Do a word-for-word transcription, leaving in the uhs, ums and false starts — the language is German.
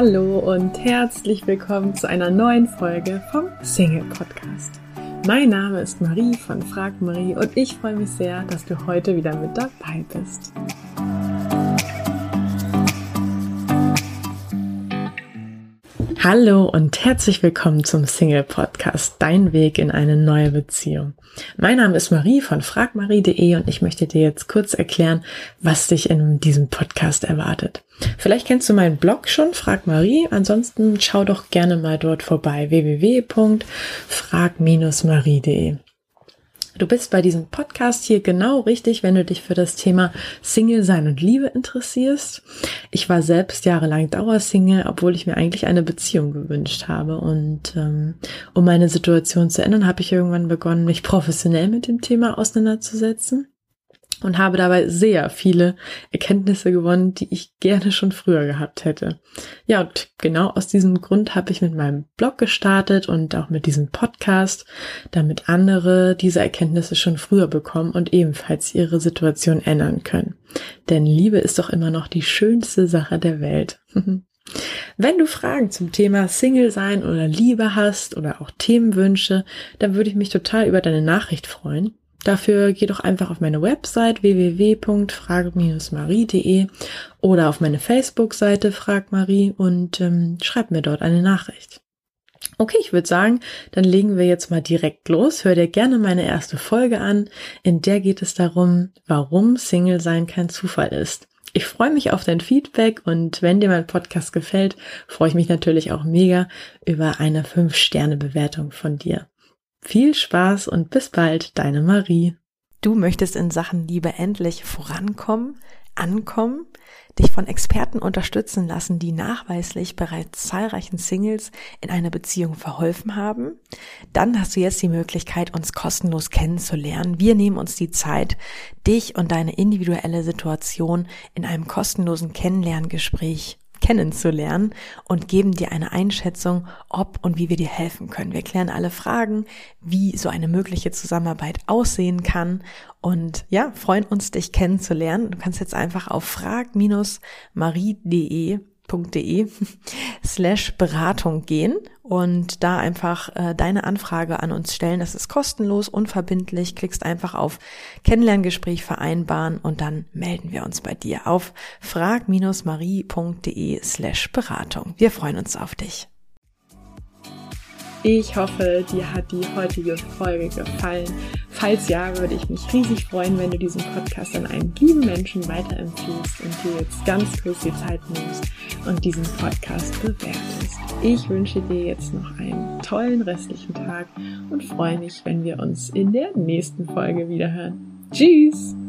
Hallo und herzlich willkommen zu einer neuen Folge vom Single Podcast. Mein Name ist Marie von Frag Marie und ich freue mich sehr, dass du heute wieder mit dabei bist. Hallo und herzlich willkommen zum Single Podcast, dein Weg in eine neue Beziehung. Mein Name ist Marie von frag marie punkt de und ich möchte dir jetzt kurz erklären, was dich in diesem Podcast erwartet. Vielleicht kennst du meinen Blog schon, Frag Marie, ansonsten schau doch gerne mal dort vorbei, w w w punkt frag Bindestrich marie punkt de. Du bist bei diesem Podcast hier genau richtig, wenn du dich für das Thema Single sein und Liebe interessierst. Ich war selbst jahrelang Dauersingle, obwohl ich mir eigentlich eine Beziehung gewünscht habe. Und ähm, um meine Situation zu ändern, habe ich irgendwann begonnen, mich professionell mit dem Thema auseinanderzusetzen. Und habe dabei sehr viele Erkenntnisse gewonnen, die ich gerne schon früher gehabt hätte. Ja, und genau aus diesem Grund habe ich mit meinem Blog gestartet und auch mit diesem Podcast, damit andere diese Erkenntnisse schon früher bekommen und ebenfalls ihre Situation ändern können. Denn Liebe ist doch immer noch die schönste Sache der Welt. Wenn du Fragen zum Thema Single sein oder Liebe hast oder auch Themenwünsche, dann würde ich mich total über deine Nachricht freuen. Dafür geh doch einfach auf meine Website w w w punkt frag Bindestrich marie punkt de oder auf meine Facebook-Seite Frag Marie und ähm, schreib mir dort eine Nachricht. Okay, ich würde sagen, dann legen wir jetzt mal direkt los. Hör dir gerne meine erste Folge an, in der geht es darum, warum Single sein kein Zufall ist. Ich freue mich auf dein Feedback und wenn dir mein Podcast gefällt, freue ich mich natürlich auch mega über eine fünf Sterne Bewertung von dir. Viel Spaß und bis bald, deine Marie. Du möchtest in Sachen Liebe endlich vorankommen, ankommen, dich von Experten unterstützen lassen, die nachweislich bereits zahlreichen Singles in einer Beziehung verholfen haben? Dann hast du jetzt die Möglichkeit, uns kostenlos kennenzulernen. Wir nehmen uns die Zeit, dich und deine individuelle Situation in einem kostenlosen Kennenlerngespräch kennenzulernen und geben dir eine Einschätzung, ob und wie wir dir helfen können. Wir klären alle Fragen, wie so eine mögliche Zusammenarbeit aussehen kann und ja, freuen uns, dich kennenzulernen. Du kannst jetzt einfach auf frag Bindestrich marie punkt de slash Beratung gehen und da einfach äh, deine Anfrage an uns stellen. Das ist kostenlos, unverbindlich. Klickst einfach auf Kennenlerngespräch vereinbaren und dann melden wir uns bei dir auf frag Bindestrich marie punkt de slash Beratung. Wir freuen uns auf dich. Ich hoffe, dir hat die heutige Folge gefallen. Falls ja, würde ich mich riesig freuen, wenn du diesen Podcast an einen lieben Menschen weiterempfiehlst und dir jetzt ganz kurz die Zeit nimmst und diesen Podcast bewertest. Ich wünsche dir jetzt noch einen tollen restlichen Tag und freue mich, wenn wir uns in der nächsten Folge wiederhören. Tschüss!